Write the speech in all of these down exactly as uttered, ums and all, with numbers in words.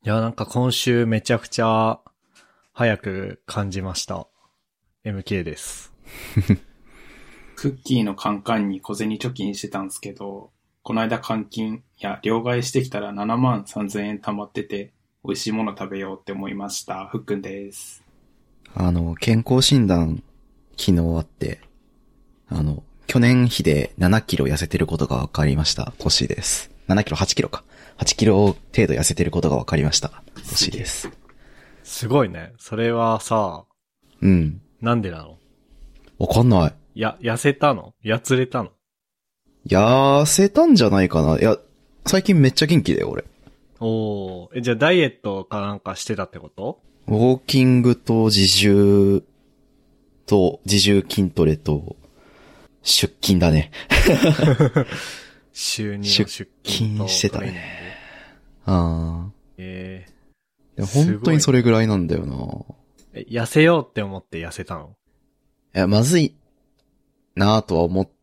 いや、なんか今週めちゃくちゃ早く感じました。エムケー です。 クッキーのカンカンに小銭貯金してたんですけど、この間換金、いや、両替してきたらななまんさんぜんえん貯まってて、美味しいもの食べようって思いました。ふっくんです。 あの、健康診断、昨日あって、あの、去年比でななキロ痩せてることが分かりました。トシです。ななキロ、はちキロか。はちキロ程度痩せてることが分かりました。トシです。 すごいね。それはさ、 うん。 なんでなの？ わかんない。 や、痩せたの？やつれたの？ 痩せたんじゃないかな。いや、最近めっちゃ元気だよ、俺。 おー。え、じゃあダイエットかなんかしてたってこと？ ウォーキングと自重と、自重筋トレと、出勤だね。 週にの出勤と出勤してたね。ああ。 えー、でも本当にそれぐらいなんだよな。 え、痩せようって思って痩せたの？ いや、まずいなぁとは思って、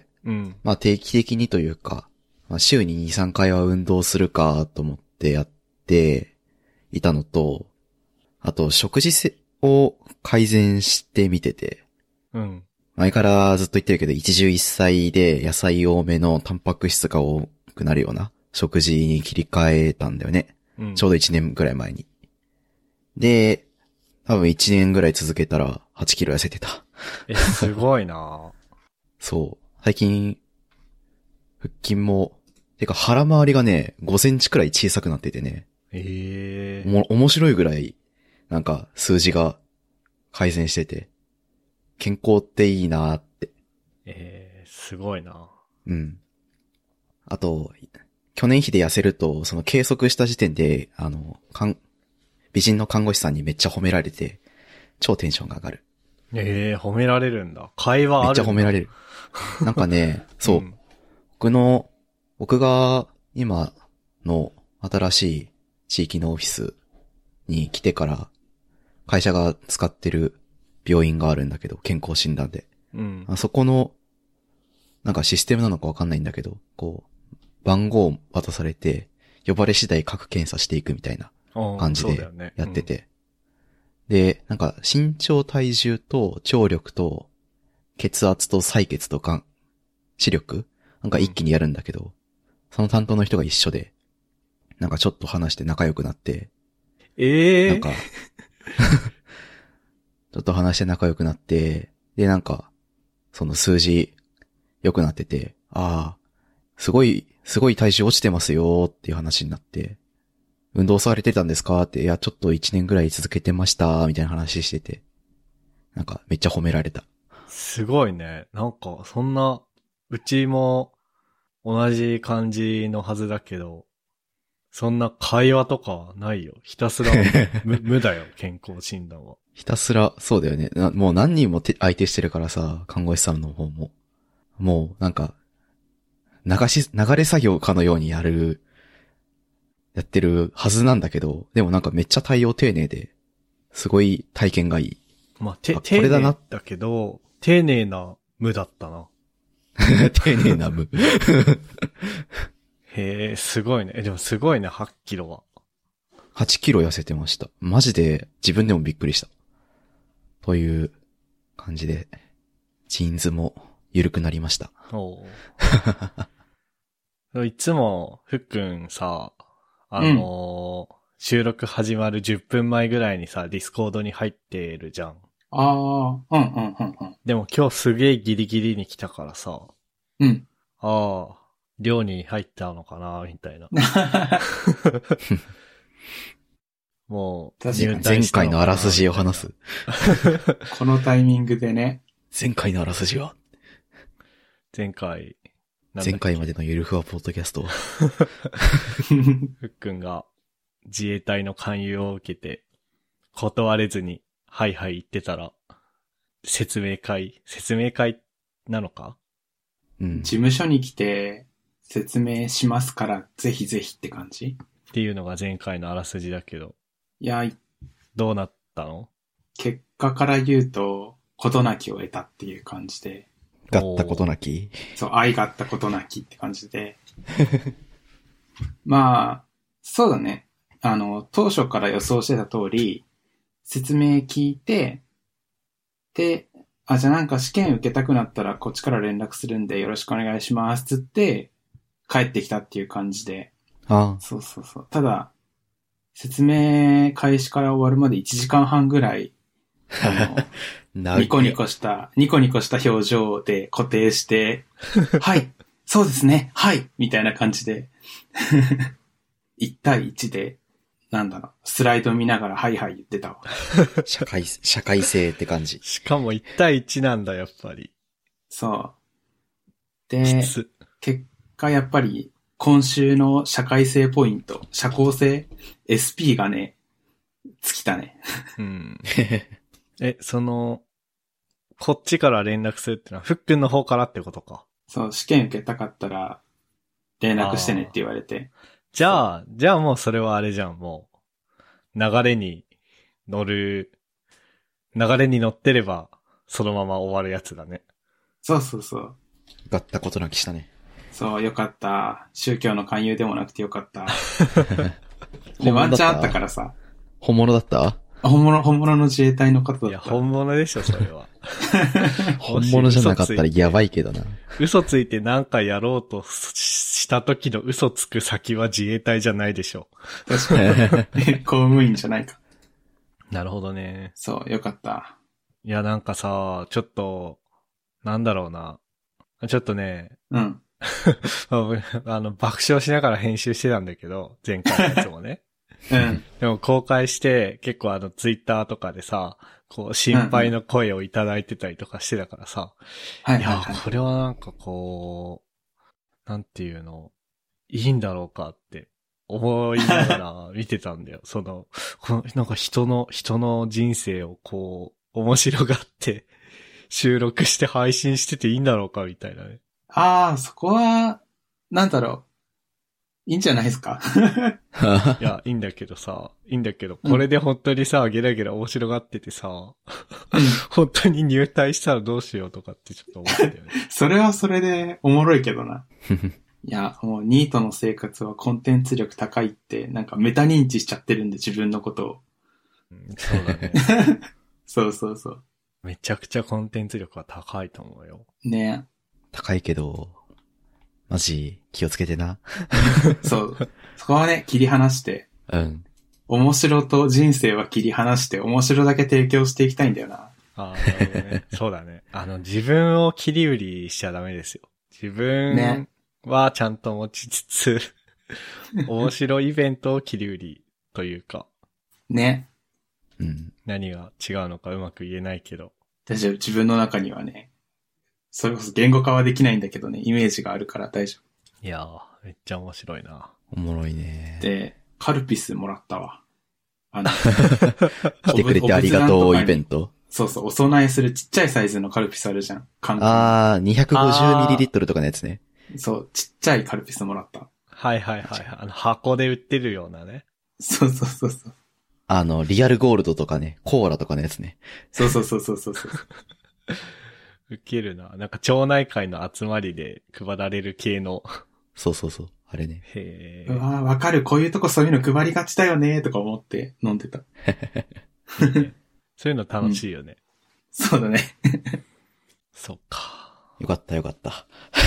うん。 まあ定期的にというか、まあ、週にに、さんかいは運動するかと思ってやっていたのと、あと食事せを改善してみてて、 うん。 前からずっと言ってるけど、一汁一菜で野菜多めのタンパク質が多くなるような食事に切り替えたんだよね。 うん、 ちょうどいちねんぐらい前に。で、多分いちねんぐらい続けたらはちキロ痩せてた。 え、すごいなそう。最近、腹筋も、てか腹回りがね、ごセンチくらい小さくなっててね。 ええー。 も、面白いぐらい、なんか数字が改善してて、健康っていいなーって。 ええー、すごいな。 うん。あと、去年比で痩せると、その計測した時点で、あの、かん、美人の看護師さんにめっちゃ褒められて、超テンションが上がる。 ええー、褒められるんだ。会話あるんだ。 めっちゃ褒められる。なんかね、そう。 うん、 僕の、僕が今の新しい地域のオフィスに来てから会社が使ってる病院があるんだけど、健康診断で。 うん。 あそこの、なんかシステムなのかわかんないんだけど、こう、番号を渡されて、呼ばれ次第各検査していくみたいな感じでやってて。で、なんか身長体重と聴力と血圧と採血とか視力なんか一気にやるんだけど、うん、その担当の人が一緒で、なんかちょっと話して仲良くなって、 ええー、 なんか、ちょっと話して仲良くなって、で、なんか、その数字良くなってて、ああ、すごい、すごい体重落ちてますよっていう話になって、運動されてたんですかって、いや、ちょっと一年ぐらい続けてました、みたいな話してて、なんかめっちゃ褒められた。 すごいね。なんか、そんな、うちも同じ感じのはずだけど、そんな会話とかはないよ。ひたすら無、無だよ、健康診断は。 ひたすら、そうだよね。もう何人も相手してるからさ、看護師さんの方も。もう、なんか、流し、流れ作業かのようにやる、やってるはずなんだけど、でもなんかめっちゃ対応丁寧で、すごい体験がいい。 まあ、て、丁寧だけど、丁寧な無だったな。 丁寧な無。 へえ、すごいね。え、でもすごいね、はちキロは。 はちキロ痩せてました。マジで自分でもびっくりした。という感じで、ジーンズも緩くなりました。 おういつも、ふっくんさ、あのーうん、収録始まるじゅっぷんまえぐらいにさ、ディスコードに入ってるじゃん。 ああ、うんうんうんうん。 でも今日すげえギリギリに来たからさ。 うん。 ああ、寮に入ったのかな、みたいな。もう、 前回のあらすじを話す。 このタイミングでね。 前回のあらすじは前回、 前回までのゆるふわポッドキャスト。 ふっくんが自衛隊の勧誘を受けて、断れずに、はいはい言ってたら、説明会、説明会なのか？ うん。事務所に来て、説明しますから、ぜひぜひって感じ？ っていうのが前回のあらすじだけど。 いや、 どうなったの？ 結果から言うと、事なきを得たっていう感じで。 がったことなき？ そう、愛があったことなきって感じで。まあ、そうだね。 あの、当初から予想してた通り、説明聞いて、で、あ、じゃあなんか試験受けたくなったらこっちから連絡するんでよろしくお願いしますつって帰ってきたっていう感じで。 ああ。 そうそうそう。ただ、説明開始から終わるまでいちじかんはんぐらい、あの、ニコニコした、ニコニコした表情で固定して、はい、そうですね、はい、みたいな感じで、いち対いちで、なんだろう、スライド見ながらはいはい言ってたわ。 社会、社会性って感じ。 しかもいち対いちなんだ、やっぱり。 そう。で、結果やっぱり今週の社会性ポイント、社交性、エスピー がね、尽きたね。 うん。え、その、こっちから連絡するってのは、ふっくんの方からってことか。 そう、試験受けたかったら、連絡してねって言われて。 じゃあ、じゃあもうそれはあれじゃん、もう。流れに乗る、流れに乗ってれば、そのまま終わるやつだね。 そうそうそう。 がったことなきしたね。 そう、よかった。宗教の勧誘でもなくてよかった。で、ワンチャンあったからさ。 本物だった本物、本物の自衛隊の方だった。いや、 本物でしょ、それは。 本物じゃなかったらやばいけどな。 嘘ついて何かやろうとした時の嘘つく先は自衛隊じゃないでしょ。 確かに。公務員じゃないか。 なるほどね。 そう、よかった。 いや、なんかさ、ちょっと、なんだろうな。ちょっとね。 うん。 あの、爆笑しながら編集してたんだけど、前回のやつもね。 うん。 でも公開して、結構あの、ツイッターとかでさ、こう、心配の声をいただいてたりとかしてたからさ。 はいはい、 はい。いや、これはなんかこう、なんていうの、いいんだろうかって思いながら見てたんだよ。その、この、なんか人の、人の人生をこう、面白がって、収録して配信してていいんだろうかみたいなね。 ああ、そこは、なんだろう。いいんじゃないですかいや、いいんだけどさ、いいんだけど、これで本当にさ、ゲラゲラ面白がっててさ、うん、本当に入隊したらどうしようとかってちょっと思ったよね。 それはそれでおもろいけどな。いや、もうニートの生活はコンテンツ力高いって、なんかメタ認知しちゃってるんで、自分のことを。 うん、そうだね。 そうそうそう。 めちゃくちゃコンテンツ力は高いと思うよ。 ね。 高いけど、マジ、気をつけてな。 そう。そこはね、切り離して。 うん。 面白と人生は切り離して、面白だけ提供していきたいんだよな。 ああ、なるほどね。そうだね。あの、自分を切り売りしちゃダメですよ。自分はちゃんと持ちつつ、ね、面白いイベントを切り売りというか。 ね。 うん。 何が違うのかうまく言えないけど。 大丈夫。自分の中にはね、それこそ言語化はできないんだけどね、イメージがあるから大丈夫。 いやー、めっちゃ面白いな。 おもろいね。 で、カルピスもらったわ。あの、 来てくれてありがとうイベント。 そうそう、お供えするちっちゃいサイズのカルピスあるじゃん。 あー、にひゃくごじゅうミリリットル とかのやつね。 そう、ちっちゃいカルピスもらった。 はいはいはい。あの、箱で売ってるようなね。 そうそうそうそう。 あの、リアルゴールドとかね、コーラとかのやつね。 そうそうそうそうそう。 ウケるな。なんか町内会の集まりで配られる系の。 そうそうそう。あれね。 へー。うわー、わかる。こういうとこそういうの配りがちだよねとか思って飲んでた。いいね、そういうの楽しいよね。 うん、そうだね。 そっか。 よかったよかった。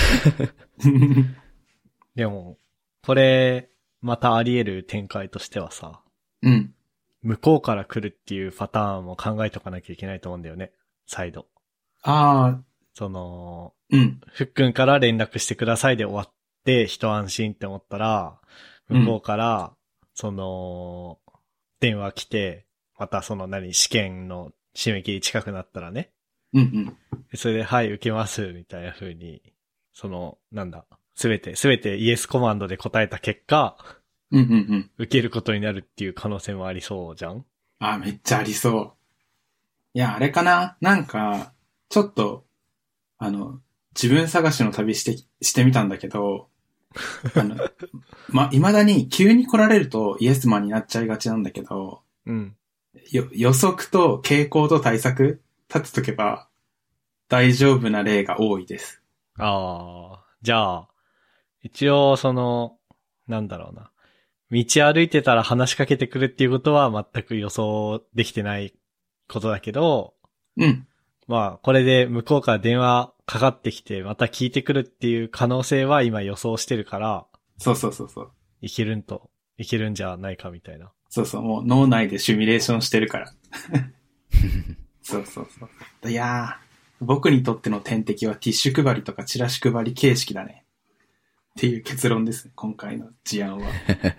でも、これ、またあり得る展開としてはさ。 うん。 向こうから来るっていうパターンも考えとかなきゃいけないと思うんだよね。再度。 ああ。 その、 うん。 ふっくんから連絡してくださいで終わって一安心って思ったら、向こうから、うん、その、電話来て、またその何、試験の締め切り近くなったらね。 うんうん。 それで、はい、受けます、みたいな風に、その、なんだ、すべて、すべてイエスコマンドで答えた結果、 うんうんうん。 受けることになるっていう可能性もありそうじゃん？ あ、めっちゃありそう。いや、あれかな？なんか、ちょっと、あの、自分探しの旅して、してみたんだけど、あの、ま、未だに急に来られるとイエスマンになっちゃいがちなんだけど、 うん。 よ、予測と傾向と対策立てとけば大丈夫な例が多いです。 ああ、じゃあ、一応その、なんだろうな。 道歩いてたら話しかけてくるっていうことは全く予想できてないことだけど、 うん。 まあ、これで向こうから電話かかってきて、また聞いてくるっていう可能性は今予想してるから、 そうそうそうそう。 いけるんと、いけるんじゃないかみたいな。 そうそう、もう脳内でシミュレーションしてるから。そうそうそう。いやー、僕にとっての天敵はティッシュ配りとかチラシ配り形式だね。っていう結論ですね、今回の事案は。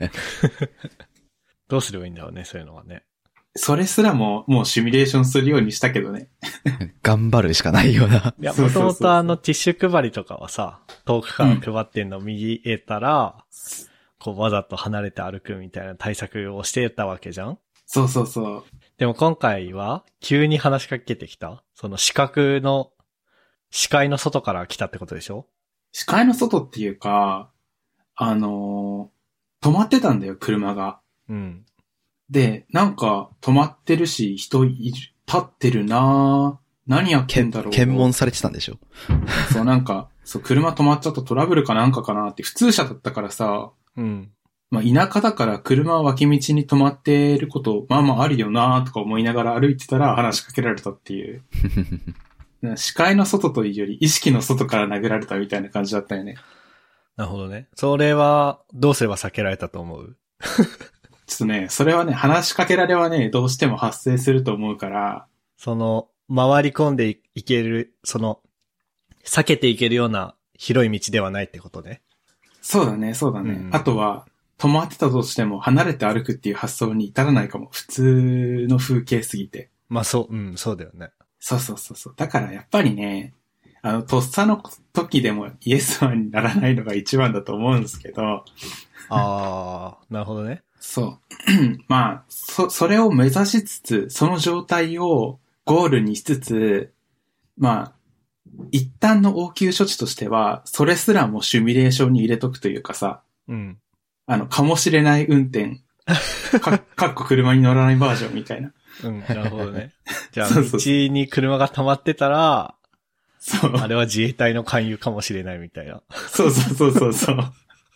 どうすればいいんだろうね、そういうのはね。 それすらももうシミュレーションするようにしたけどね。 頑張るしかないよな。 いや、もともとあのティッシュ配りとかはさ、遠くから配ってんの見えたら、うん、こうわざと離れて歩くみたいな対策をしてたわけじゃん？ そうそうそう。 でも今回は急に話しかけてきた？その視覚の、視界の外から来たってことでしょ？ 視界の外っていうか、あのー、止まってたんだよ、車が。 うん。 で、なんか止まってるし、人いる、立ってるなぁ。何やってんだろう。 検問されてたんでしょ？ そう、なんか、そう、車止まっちゃったトラブルかなんかかなって、普通車だったからさ、 うん。 まあ、田舎だから車は脇道に止まってること、まあまああるよなとか思いながら歩いてたら話しかけられたっていう。視界の外というより意識の外から殴られたみたいな感じだったよね。 なるほどね。それはどうすれば避けられたと思う？ ちょっとね、それはね、話しかけられはね、どうしても発生すると思うから。 その、回り込んでいける、その、避けていけるような広い道ではないってことね。 そうだね、そうだね。うん、あとは、止まってたとしても離れて歩くっていう発想に至らないかも。普通の風景すぎて。 まあそう、うん、そうだよね。 そうそうそうそう。だからやっぱりね、あの、とっさの時でもイエスマンにならないのが一番だと思うんですけど。 ああ、なるほどね。 そう。まあ、そ、それを目指しつつ、その状態をゴールにしつつ、まあ、一旦の応急処置としては、それすらもシミュレーションに入れとくというかさ、 うん。 あの、かもしれない運転、か、かっこ車に乗らないバージョンみたいな。 うん、なるほどね。じゃあ、道に車が溜まってたら、 そう。 あれは自衛隊の勧誘かもしれないみたいな。 そうそうそうそうそう。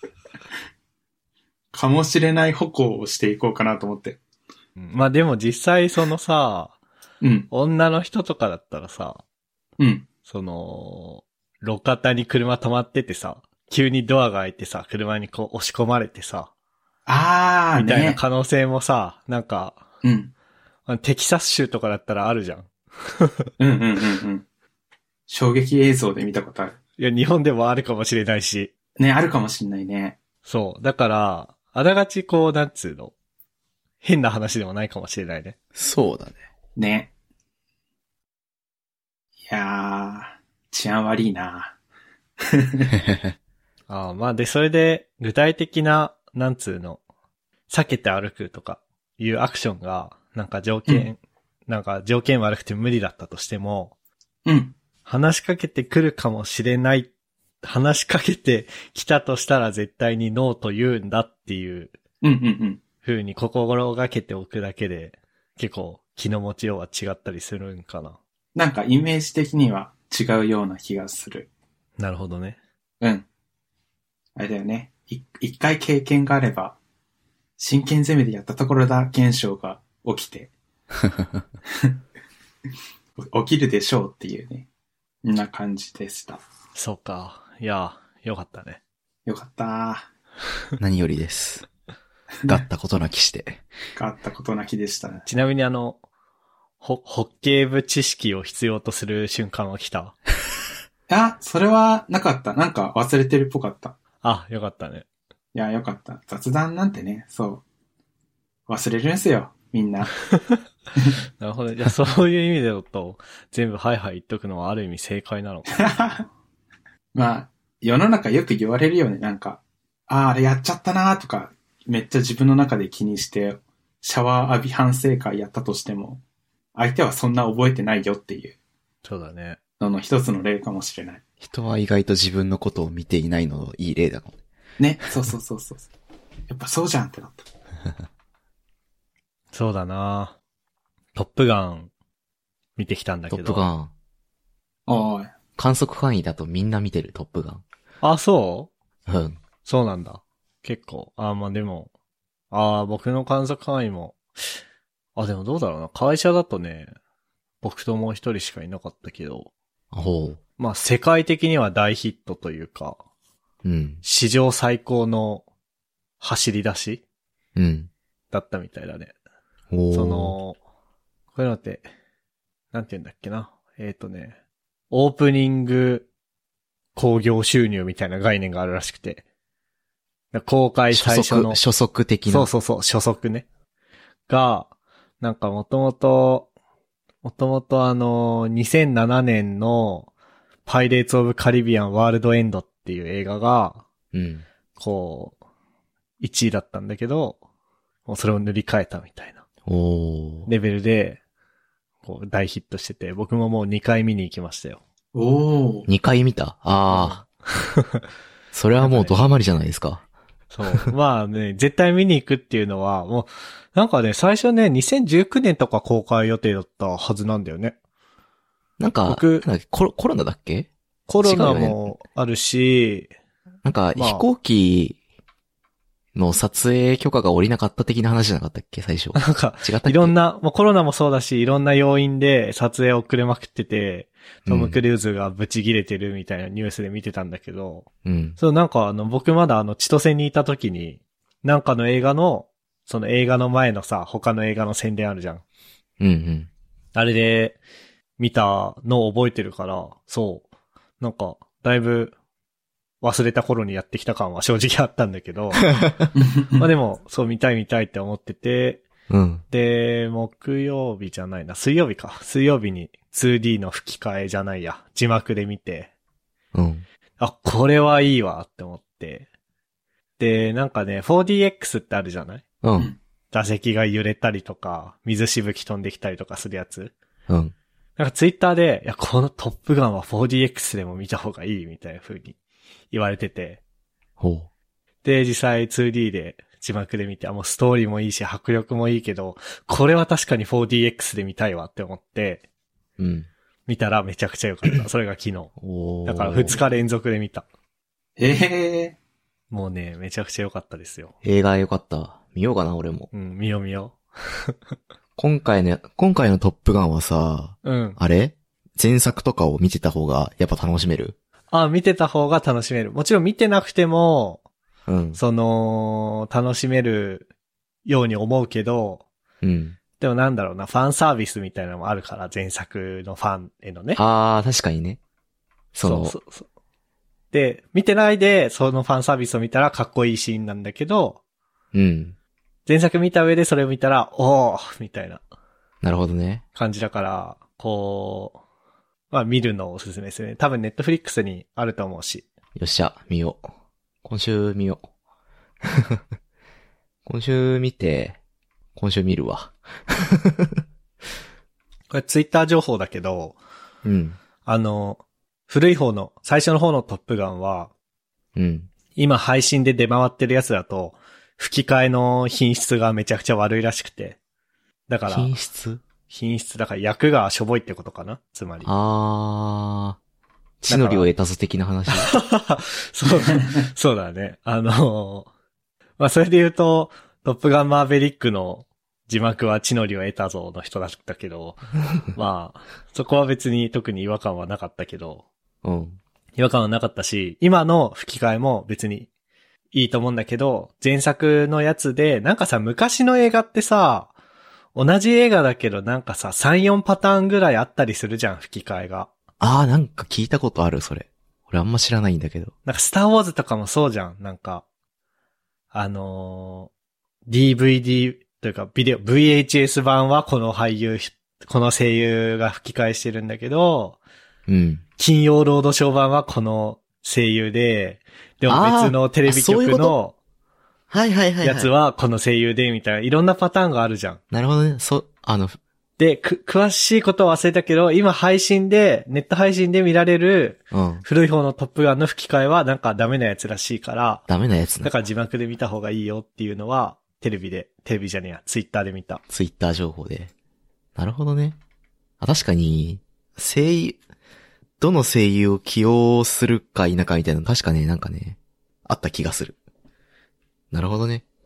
かもしれない歩行をしていこうかなと思って。 うん、まあでも実際そのさ、 うん。 女の人とかだったらさ、 うん。 その、路肩に車止まっててさ、急にドアが開いてさ、車にこう押し込まれてさ、 あー、ね。 みたいな可能性もさ、なんか、 うん。 テキサス州とかだったらあるじゃん。 うんうんうんうん。衝撃映像で見たことある。 いや、日本でもあるかもしれないし。 ね、あるかもしんないね。 そう。だから、あながちこう、なんつうの、変な話でもないかもしれないね。 そうだね。 ね。いやー、治安悪いな。 ああ、まあで、それで、具体的な、なんつうの、避けて歩くとか、いうアクションが、なんか条件、うん、なんか条件悪くて無理だったとしても、 うん。 話しかけてくるかもしれない、話しかけてきたとしたら絶対にノーと言うんだっていう、 うんうんうん。 風に心がけておくだけで、結構気の持ちようは違ったりするんかな。 なんかイメージ的には違うような気がする。 なるほどね。 うん。あれだよね。い一回経験があれば、真剣攻めでやったところだ現象が起きて、起きるでしょうっていうね、んな感じでした。 そうか。いや、よかったね。 よかった。 何よりです。がったことなきして。 がったことなきでしたね。 ちなみにあの、ほ、ホッケー部知識を必要とする瞬間は来た？ あ、それはなかった。なんか忘れてるっぽかった。 あ、よかったね。 いや、よかった。雑談なんてね、そう。忘れるんすよ、みんな。 なるほど。じゃあそういう意味でだと、全部はいはい言っとくのはある意味正解なのかな。 まあ、世の中よく言われるよね、なんか。ああ、あれやっちゃったなーとか、めっちゃ自分の中で気にして、シャワー浴び反省会やったとしても、相手はそんな覚えてないよっていう。 そうだね。 のの一つの例かもしれない。 人は意外と自分のことを見ていないののいい例だもんね。 ね、そうそうそうそう。やっぱそうじゃんってなった。 そうだな。トップガン見てきたんだけど。 トップガン。 おーい。 観測範囲だとみんな見てるトップガン。 あ、そう？ うん。 そうなんだ。結構。あ、まあでも、 ああ、僕の観測範囲も。あ、でもどうだろうな。会社だとね、僕ともう一人しかいなかったけど。 ほう。 まあ、世界的には大ヒットというか、 うん。 史上最高の走り出しうん。 だったみたいだね。 おー。 その、こういうのって、なんて言うんだっけな。えっとね、オープニング興行収入みたいな概念があるらしくて。公開最初の。 初速的な。 そうそうそう、初速ね。が、なんかもともと、もともとあの、にせんななねんのパイレーツ・オブ・カリビアン・ワールド・エンドっていう映画が、 うん。 こう、いちいだったんだけど、もうそれを塗り替えたみたいな。 おー。 レベルで、こう大ヒットしてて、僕ももうにかい見に行きましたよ。 おー。 にかい見たああ。それはもうドハマりじゃないですか。 そう。まあね、絶対見に行くっていうのは、もう、なんかね、最初ね、にせんじゅうきゅうねんとか公開予定だったはずなんだよね。 なんか、 僕なんかコロ、コロナだっけコロナもあるし、 なんか、 まあ飛行機の撮影許可が下りなかった的な話じゃなかったっけ最初。 なんか、 違ったっけいろんな、もうコロナもそうだし、いろんな要因で撮影遅れまくってて、トム・クルーズがブチ切れてるみたいなニュースで見てたんだけど、 うん。 そう、なんかあの、僕まだあの、千歳にいた時に、なんかの映画の、その映画の前のさ、他の映画の宣伝あるじゃん。 うんうん。 あれで、見たのを覚えてるから、そう。なんか、だいぶ、忘れた頃にやってきた感は正直あったんだけど、まあでも、そう見たい見たいって思ってて、 うん。 で、木曜日じゃないな、水曜日か。水曜日に ツーディー の吹き替えじゃないや、字幕で見て、 うん。 あ、これはいいわって思って。で、なんかね、フォーディーエックス ってあるじゃない？ うん。 座席が揺れたりとか、水しぶき飛んできたりとかするやつ。 うん。 なんかツイッターで、いや、このトップガンは フォーディーエックス でも見た方がいいみたいな風に言われてて。 ほう。 で、実際 ツーディー で字幕で見て、あ、もうストーリーもいいし、迫力もいいけど、これは確かに フォーディーエックス で見たいわって思って、 うん。 見たらめちゃくちゃ良かった。それが昨日。 おー。 だからふつか連続で見た。 ええもうね、めちゃくちゃ良かったですよ。 映画良かった。見ようかな、俺も。 うん、見よう見よ今回の、今回のトップガンはさ、 う。うん。 あれ前作とかを見てた方がやっぱ楽しめる？ あ、見てた方が楽しめる。もちろん見てなくても、 うん。 その、楽しめるように思うけど、 うん。 でもなんだろうな、ファンサービスみたいなのもあるから、前作のファンへのね。 あー、確かにね。その、 そうそうそう。で、見てないで、そのファンサービスを見たらかっこいいシーンなんだけど、 うん。 前作見た上でそれを見たら、おーみたいななるほどね。 感じだから、こう、まあ見るのをおすすめですね。多分ネットフリックスにあると思うし。 よっしゃ、見よう。今週見よう。今週見て、今週見るわ。 これツイッター情報だけど、 うん。 あの、古い方の、最初の方のトップガンは、 うん。 今配信で出回ってるやつだと、吹き替えの品質がめちゃくちゃ悪いらしくて。だから、 品質？ 品質、だから役がしょぼいってことかな？つまり。 あー、地の利を得たぞ的な話。 そう、そうだね。あの、まあ、それで言うと、トップガンマーヴェリックの字幕は地の利を得たぞの人だったけど、まあ、そこは別に特に違和感はなかったけど、 うん。 違和感はなかったし、今の吹き替えも別にいいと思うんだけど、前作のやつで、なんかさ、昔の映画ってさ、同じ映画だけどなんかさ、さん、よんパターンぐらいあったりするじゃん、吹き替えが。 あー、なんか聞いたことある、それ。俺あんま知らないんだけど。 なんかスターウォーズとかもそうじゃん、なんか。あのー、ディーブイディー というかビデオ、ブイエイチエス 版はこの俳優、この声優が吹き替えしてるんだけど、 うん。 金曜ロードショー版はこの声優で、でも別のテレビ局のはいはいはいはい。 やつはこの声優で、みたいな、いろんなパターンがあるじゃん。 なるほどね。そ、あの、 で、く、詳しいことは忘れたけど、今配信で、ネット配信で見られる、 うん。 古い方のトップガンの吹き替えはなんかダメなやつらしいから、 ダメなやつな。 だから字幕で見た方がいいよっていうのは、テレビで、テレビじゃねえや、ツイッターで見た。 ツイッター情報で。なるほどね。あ、確かに、声優、どの声優を起用するか否かみたいなの確かね、なんかね、あった気がする。なるほどね。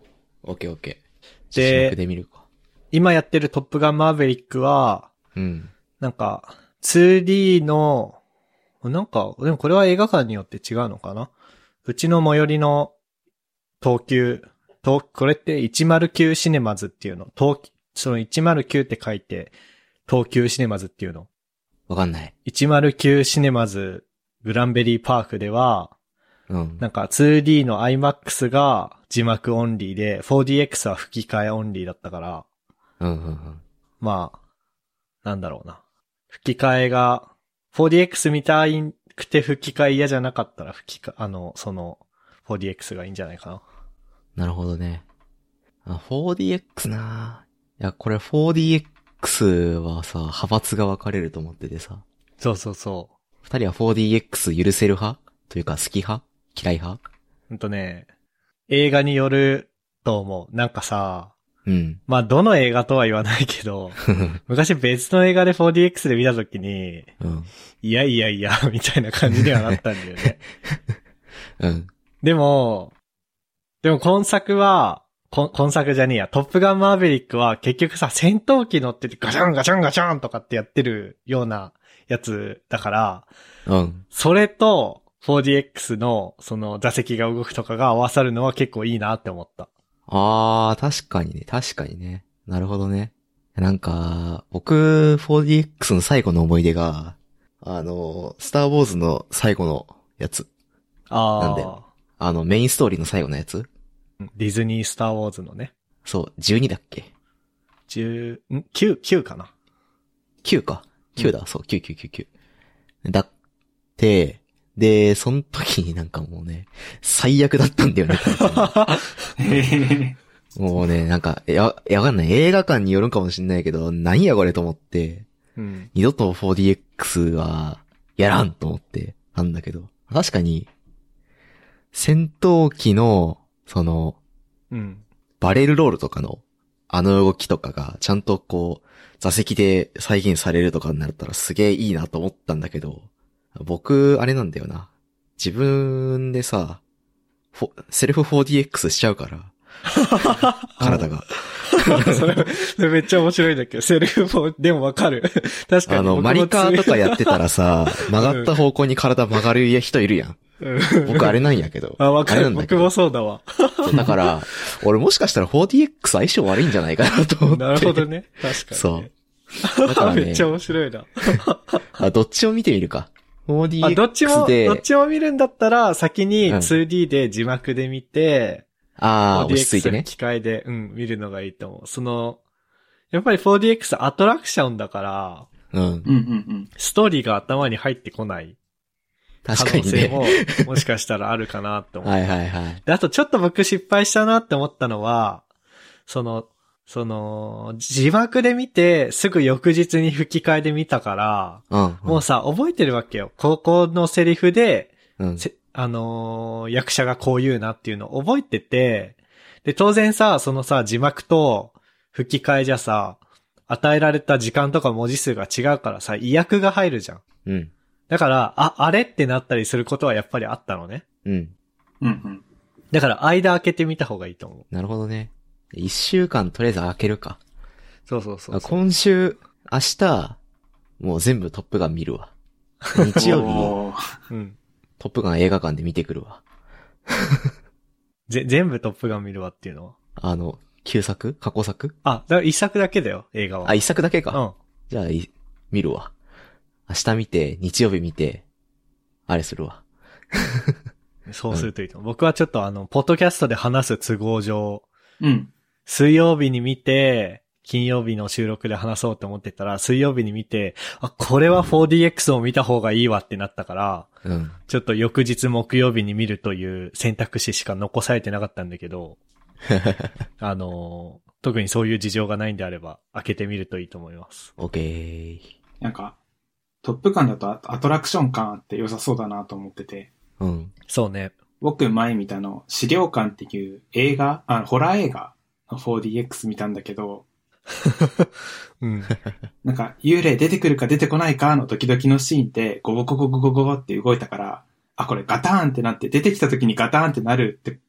オッケーオッケー。 で、 字幕で見るか。 今やってるトップガンマーヴェリックは、 うん。 なんか、ツーディー の、なんか、でもこれは映画館によって違うのかな？うちの最寄りの東急、東、これっていちまるきゅうシネマズっていうの。東、そのいちまるきゅうって書いて、東急シネマズっていうの。 わかんない。 いちまるきゅうシネマズグランベリーパークでは、 うん。 なんか ツーディー の IMAX が字幕オンリーで、フォーディーエックス は吹き替えオンリーだったから、 うんうんうん。 まあ、なんだろうな。吹き替えが、フォーディーエックス 見たくて吹き替え嫌じゃなかったら吹き替え、あの、その、フォーディーエックス がいいんじゃないかな。 なるほどね。あ、フォーディーエックス なぁ。いや、これ フォーディーエックス はさ、派閥が分かれると思っててさ。 そうそうそう。 二人は フォーディーエックス 許せる派というか好き派嫌い派ほんとね、映画によると思う。なんかさ、 うん。 まあ、どの映画とは言わないけど、昔別の映画で フォーディーエックス で見たときに、 うん。 いやいやいや、みたいな感じにはなったんだよね。 うん。 でも、でも今作は、こ今作じゃねえや、トップガンマーヴェリックは結局さ、戦闘機乗っててガチャンガチャンガチャンとかってやってるようなやつだから、 うん。 それと フォーディーエックス のその座席が動くとかが合わさるのは結構いいなって思った。 あー、確かにね、確かにね。なるほどね。なんか、僕、フォーディーエックス の最後の思い出が、あの、スターウォーズの最後のやつ。 ああ。 なんだよ。あの、メインストーリーの最後のやつ？ ディズニースターウォーズのね。 そう、じゅうにだっけ？ じゅう、ん ?きゅう、きゅうかな。 きゅうか。きゅうだ、うん、そう、きゅう、きゅう、きゅう、きゅう。だって、で、その時になんかもうね、最悪だったんだよね。もうね、なんか、や、やわかんない。映画館によるんかもしんないけど、何やこれと思って、うん、二度と フォーディーエックス は、やらんと思って、なんだけど、確かに、戦闘機の、その、 うん、 バレルロールとかの、あの動きとかが、ちゃんとこう、座席で再現されるとかになったらすげえいいなと思ったんだけど、僕、あれなんだよな。自分でさ、セルフ フォーディーエックス しちゃうから。体が。 それ、それめっちゃ面白いんだけど、セルフフォー、でもわかる。確かに。 あの、マリカーとかやってたらさ、曲がった方向に体曲がる人いるやん。うん、僕あれなんやけど。 あ、わかる。僕もそうだわ。 だから、俺もしかしたら フォーディーエックス 相性悪いんじゃないかなと思って。 なるほどね。確かに、ね。 そう。だからね。 めっちゃ面白いな。 あ、どっちを見てみるか。フォーディーエックス で。 どっちも、どっちも見るんだったら、先に ツーディー で字幕で見て、 うん、ああ、落ち着いてね。 機械で、うん、見るのがいいと思う。その、やっぱり フォーディーエックス アトラクションだから、 うん。うんうんうん。 ストーリーが頭に入ってこない。 確かにね。 可能性も、もしかしたらあるかなって思う。 はいはいはい。 で、あとちょっと僕失敗したなって思ったのは、その、その、字幕で見て、すぐ翌日に吹き替えで見たから、 うんうん、 もうさ、覚えてるわけよ。高校のセリフで、 うん、 あのー、役者がこう言うなっていうのを覚えてて、で、当然さ、そのさ、字幕と吹き替えじゃさ、与えられた時間とか文字数が違うからさ、意訳が入るじゃん。 うん。 だから、あ、あれってなったりすることはやっぱりあったのね。 うん。 うんうん。 だから間開けてみた方がいいと思う。 なるほどね。一週間とりあえず開けるか。 そうそうそうそう。 今週、明日、もう全部トップガン見るわ。日曜日、うん、トップガン映画館で見てくるわ。 ぜ、全部トップガン見るわっていうのはあの、旧作過去作あ、だから一作だけだよ、映画は。 あ、一作だけか。 うん。 じゃあ、見るわ。明日見て、日曜日見て、あれするわ。 そうするといいと思う。うん、僕はちょっとあの、ポッドキャストで話す都合上、 うん。 水曜日に見て、金曜日の収録で話そうと思ってたら、水曜日に見て、あ、これは フォーディーエックス を見た方がいいわってなったから、 うん。 ちょっと翌日木曜日に見るという選択肢しか残されてなかったんだけど、あの、特にそういう事情がないんであれば、開けてみるといいと思います。 オッケー。 なんか、トップガンだとアトラクション感あって良さそうだなと思ってて。 うん。 そうね。 僕前見たの、資料館っていう映画、あ、ホラー映画の フォーディーエックス 見たんだけど、 うん。 なんか、幽霊出てくるか出てこないかのドキドキのシーンで、ゴゴゴゴゴゴゴって動いたから、あ、これガターンってなって、出てきた時にガターンってなるって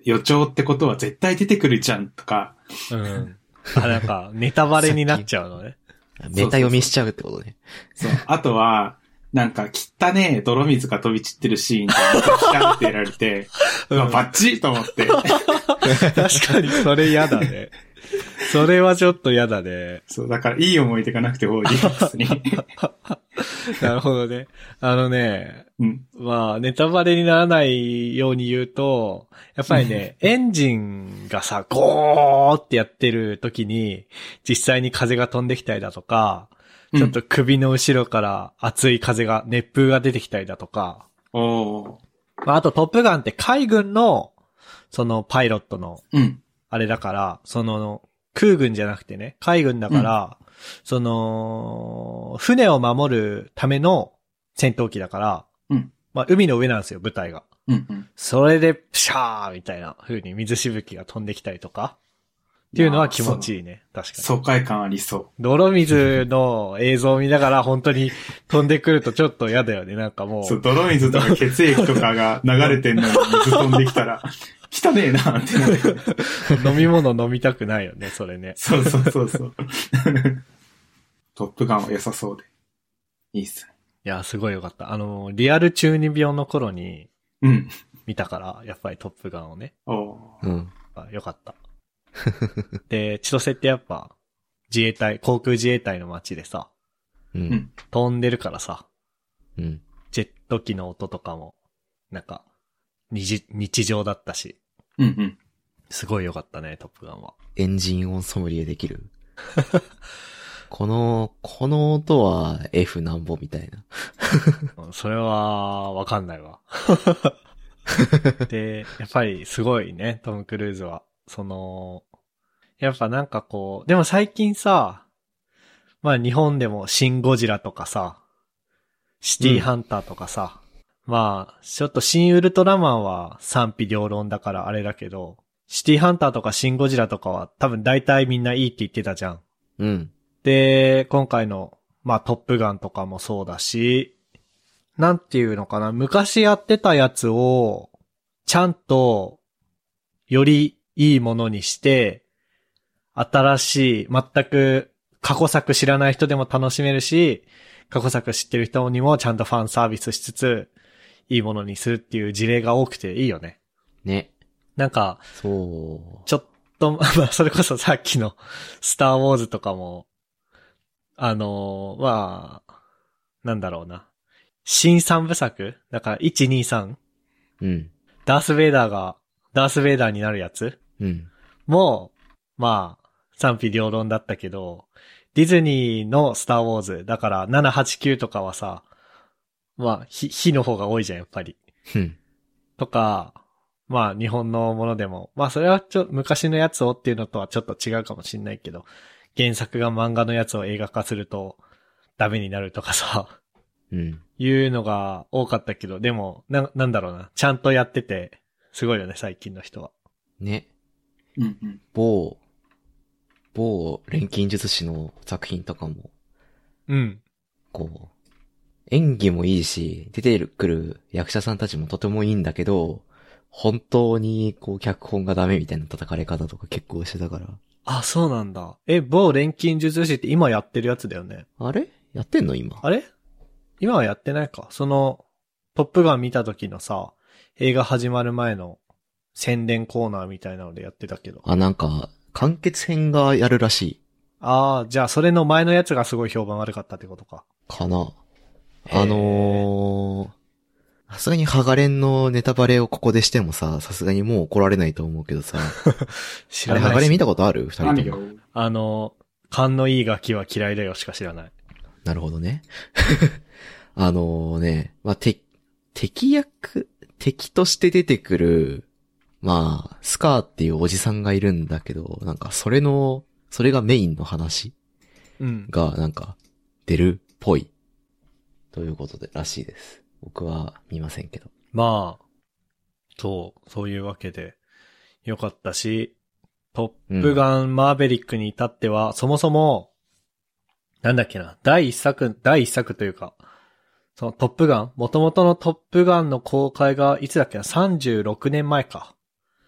予兆ってことは絶対出てくるじゃんとか。 うん。あ、なんか、ネタバレになっちゃうのね。 メタ読みしちゃうってことね。 そう。あとは、なんか、汚ねえ泥水が飛び散ってるシーンとか、ピカってやられて、うん、バッチリと思って。確かに、それ嫌だね。それはちょっと嫌だね。 そう、だからいい思い出がなくて多いですね。 なるほどね。あのね、 うん、 まあ、ネタバレにならないように言うと、やっぱりね、エンジンがさ、ゴーってやってる時に、実際に風が飛んできたりだとか、ちょっと首の後ろから熱い風が、熱風が出てきたりだとか。 おー。 まあ、あとトップガンって海軍の、そのパイロットの、あれだから、その、空軍じゃなくてね、海軍だから、うん、その、船を守るための戦闘機だから、 うん、 まあ、海の上なんですよ、舞台が。 うんうん、 それで、プシャーみたいな風に水しぶきが飛んできたりとか。っていうのは気持ちいいね。確かに。 爽快感ありそう。 泥水の映像を見ながら本当に飛んでくるとちょっと嫌だよね。なんかもう。 そう、泥水とか血液とかが流れてんのに水飛んできたら、汚ねえなってなる。 飲み物飲みたくないよね、それね。 そうそうそうそう。トップガンは良さそうで。いいっすね。 いや、すごいよかった。あの、リアル中二病の頃に、 うん。 見たから、やっぱりトップガンをね。 おうん。 よかった。で、千歳ってやっぱ、自衛隊、航空自衛隊の街でさ、 うん。 飛んでるからさ、 うん。 ジェット機の音とかも、なんか、日、日常だったし、 うんうん。すごい良かったね、トップガンは。 エンジン音ソムリエできるこの、この音は F なんぼみたいな。 それは、わかんないわ。で、やっぱりすごいね、トム・クルーズは。その、やっぱなんかこう、でも最近さ、まあ日本でもシン・ゴジラとかさ、シティハンターとかさ、うん、まあ、ちょっとシン・ウルトラマンは賛否両論だからあれだけど、シティハンターとかシン・ゴジラとかは多分大体みんないいって言ってたじゃん。 うん。 で、今回の、まあトップガンとかもそうだし、なんていうのかな、昔やってたやつを、ちゃんと、よりいいものにして、新しい、全く過去作知らない人でも楽しめるし、過去作知ってる人にもちゃんとファンサービスしつつ、いいものにするっていう事例が多くていいよね。 ね。 なんか、 そう。 ちょっと、まあ、それこそさっきのスターウォーズとかも、あのー、まあ、なんだろうな。新三部作だからいち、に、さん。 うん。 ダース・ベイダーが、ダース・ベイダーになるやつうん。 もう、まあ、賛否両論だったけど、ディズニーのスター・ウォーズ、だからなな、はち、きゅうとかはさ、まあ、火、火の方が多いじゃん、やっぱり。 うん。 とか、まあ、日本のものでも、まあ、それはちょ、昔のやつをっていうのとはちょっと違うかもしんないけど、原作が漫画のやつを映画化すると、ダメになるとかさ、 うん。 いうのが多かったけど、でも、な、なんだろうな。ちゃんとやってて、すごいよね、最近の人は。 ね。 うんうん。 某、某錬金術師の作品とかも。 うん。 こう、演技もいいし、出てくる役者さんたちもとてもいいんだけど、本当に、こう、脚本がダメみたいな叩かれ方とか結構してたから。 あ、そうなんだ。え、某錬金術師って今やってるやつだよね。 あれやってんの今。 あれ今はやってないか。その、トップガン見た時のさ、映画始まる前の宣伝コーナーみたいなのでやってたけど。 あ、なんか、完結編がやるらしい。 ああ、じゃあそれの前のやつがすごい評判悪かったってことか。 かな。あのー、さすがにハガレンのネタバレをここでしてもさ、さすがにもう怒られないと思うけどさ。知らない。あれハガレン見たことある？二人とも。 あの、勘のいいガキは嫌いだよしか知らない。 なるほどね。あのね、まあ、て、敵役、敵として出てくる、まあ、スカーっていうおじさんがいるんだけど、なんかそれの、それがメインの話が、なんか、出るっぽい。ということで、らしいです。僕は見ませんけど。 まあ、そう、そういうわけで、よかったし、トップガンマーベリックに至っては、うん、そもそも、なんだっけな、第一作、第一作というか、そのトップガン、元々のトップガンの公開がいつだっけな、さんじゅうろくねんまえか。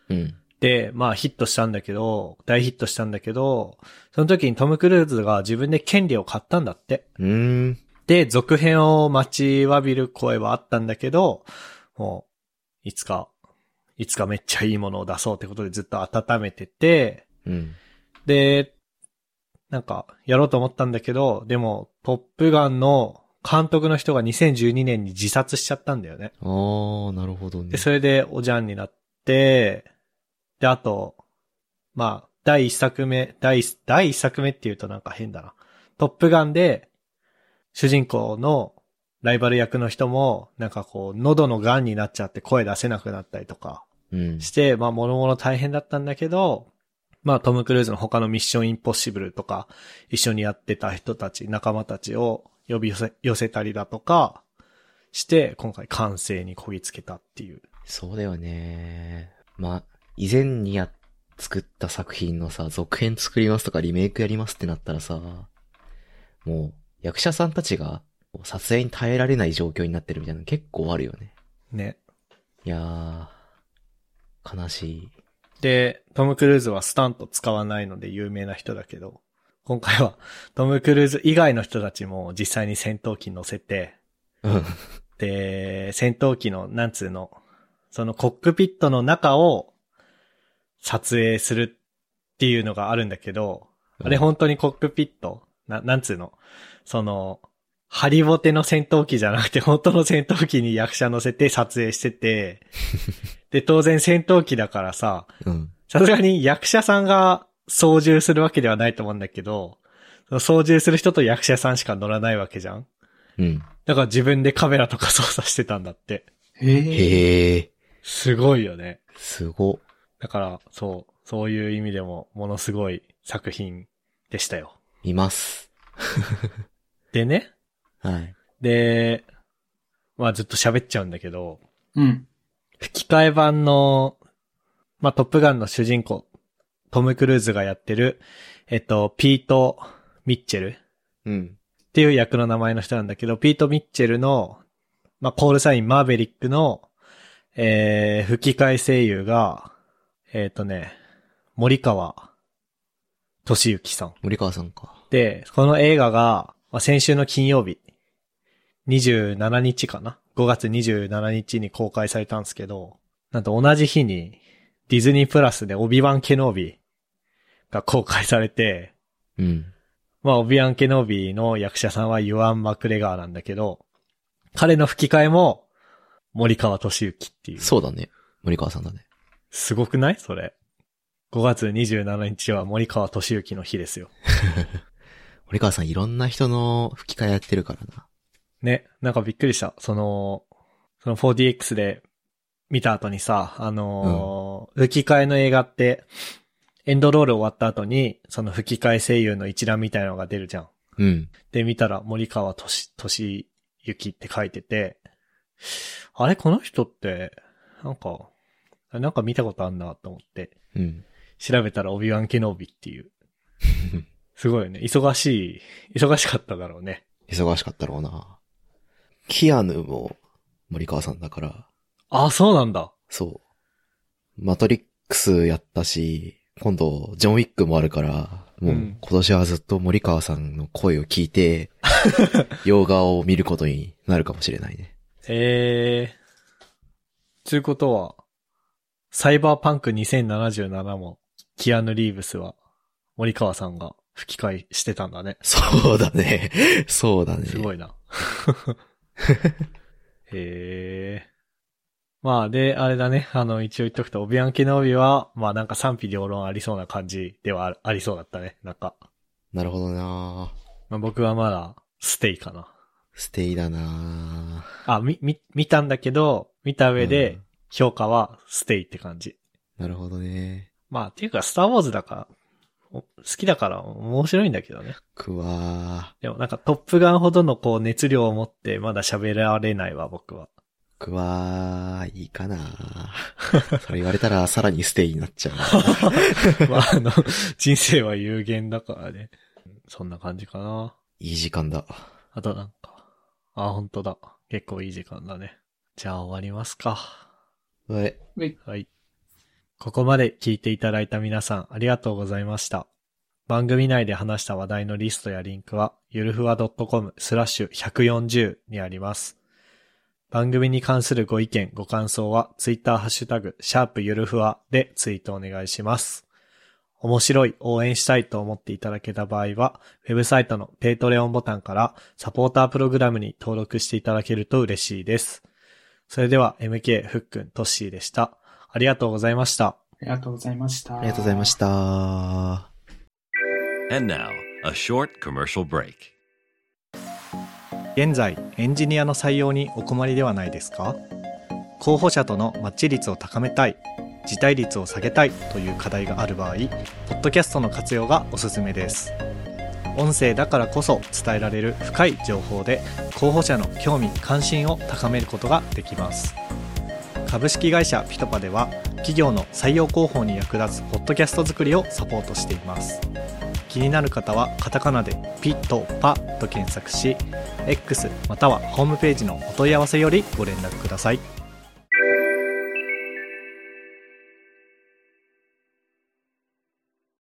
うん。 で、まあヒットしたんだけど、大ヒットしたんだけど、その時にトム・クルーズが自分で権利を買ったんだって。 うーん。 で、続編を待ちわびる声はあったんだけど、もう、いつか、いつかめっちゃいいものを出そうってことでずっと温めてて、 うん。 で、なんか、やろうと思ったんだけど、でも、トップガンの監督の人がにせんじゅうにねんに自殺しちゃったんだよね。 あー、なるほどね。 で、それでおじゃんになって、で、あと、まあ、第一作目、第一、第一作目って言うとなんか変だな。トップガンで、主人公のライバル役の人も、なんかこう、喉の癌になっちゃって声出せなくなったりとかうん。 して、まあ、もろもろ大変だったんだけど、まあ、トム・クルーズの他のミッション・インポッシブルとか、一緒にやってた人たち、仲間たちを呼び寄せ、寄せたりだとか、して、今回完成にこぎつけたっていう。 そうだよね。まあ、以前にや、作った作品のさ、続編作りますとかリメイクやりますってなったらさ、もう、役者さんたちが、撮影に耐えられない状況になってるみたいなの結構あるよね。 ね。 いやー、悲しい。 で、トム・クルーズはスタント使わないので有名な人だけど、今回はトム・クルーズ以外の人たちも実際に戦闘機に乗せて、 うん。 で、戦闘機の、なんつうの、そのコックピットの中を撮影するっていうのがあるんだけど、あれ本当にコックピットな、なんつうのその、ハリボテの戦闘機じゃなくて本当の戦闘機に役者乗せて撮影してて、で、当然戦闘機だからさ、 うん。 さすがに役者さんが操縦するわけではないと思うんだけど、その操縦する人と役者さんしか乗らないわけじゃん。 うん。 だから自分でカメラとか操作してたんだって。 へえ。 へー。 すごいよね。 すご。 だから、そう、そういう意味でもものすごい作品でしたよ。 見ます。 でね。 はい。 で、まあずっと喋っちゃうんだけど、 うん。 吹き替え版の、まあトップガンの主人公、トム・クルーズがやってる、えっと、ピート・ミッチェルうん。 っていう役の名前の人なんだけど、ピート・ミッチェルの、まあコールサインマーベリックの、えー、吹き替え声優が、えっとね、森川俊之さん。 森川さんか。 で、この映画が、まあ、先週の金曜日、にじゅうしちにちかな ?ご 月にじゅうしちにちに公開されたんですけど、なんと同じ日にディズニープラスでオビワン・ケノービが公開されて、 うん。 まあオビワン・ケノービの役者さんはユアン・マクレガーなんだけど、彼の吹き替えも森川俊之っていう。 そうだね。森川さんだね。 すごくないそれ。ごがつにじゅうしちにちは森川俊之の日ですよ。 森川さんいろんな人の吹き替えやってるからな。 ね、なんかびっくりした。その、その フォーディーエックス で見た後にさ、あのーうん、吹き替えの映画って、エンドロール終わった後に、その吹き替え声優の一覧みたいなのが出るじゃん。 うん。 で、見たら森川俊、俊之って書いてて、あれこの人って、なんか、なんか見たことあんなと思って、 うん。 調べたらオビワン・ケノービっていう。すごいよね。忙しい、忙しかっただろうね。 忙しかったろうな。キアヌも森川さんだから。 あ、そうなんだ。 そう。マトリックスやったし、今度、ジョンウィックもあるから、もう今年はずっと森川さんの声を聞いて、洋画を見ることになるかもしれないね。 えー。ということは、サイバーパンクにせんななじゅうななも、キアヌ・リーブスは森川さんが吹き替えしてたんだね。 そうだね。そうだね。 すごいな。へー。まあ、で、あれだね。あの、一応言っとくと、オビワン・ケノービは、まあなんか賛否両論ありそうな感じではあ, ありそうだったね。なんか。 なるほどな。 まあ、僕はまだ、ステイかな。 ステイだな。 あ、み、み、見たんだけど、見た上で、評価はステイって感じ。 うん、なるほどね。 まあ、っていうか、スターウォーズだから、好きだから面白いんだけどね。 くわー。でもなんかトップガンほどのこう熱量を持ってまだ喋られないわ、僕は。 くわー、いいかなそれ言われたらさらにステイになっちゃう。まあ、あの、人生は有限だからね。そんな感じかな。 いい時間だ。 あとなんか、あ、本当だ。結構いい時間だね。じゃあ終わりますか。 はい。 はい。 ここまで聞いていただいた皆さんありがとうございました。番組内で話した話題のリストやリンクはゆるふわ .com スラッシュひゃくよんじゅうにあります。番組に関するご意見ご感想はツイッターハッシュタグシャープゆるふわでツイートお願いします。面白い、応援したいと思っていただけた場合は、ウェブサイトのペイトレオンボタンからサポータープログラムに登録していただけると嬉しいです。それでは エムケー ふっくん、トッシーでした。ありがとうございました。 ありがとうございました。 ありがとうございました。 And now, a short commercial break. 現在、エンジニアの採用にお困りではないですか？候補者とのマッチ率を高めたい、辞退率を下げたいという課題がある場合、ポッドキャストの活用がおすすめです。音声だからこそ伝えられる深い情報で、候補者の興味・関心を高めることができます。株式会社ピトパでは、企業の採用広報に役立つポッドキャスト作りをサポートしています。気になる方はカタカナでピトパと検索し、X またはホームページのお問い合わせよりご連絡ください。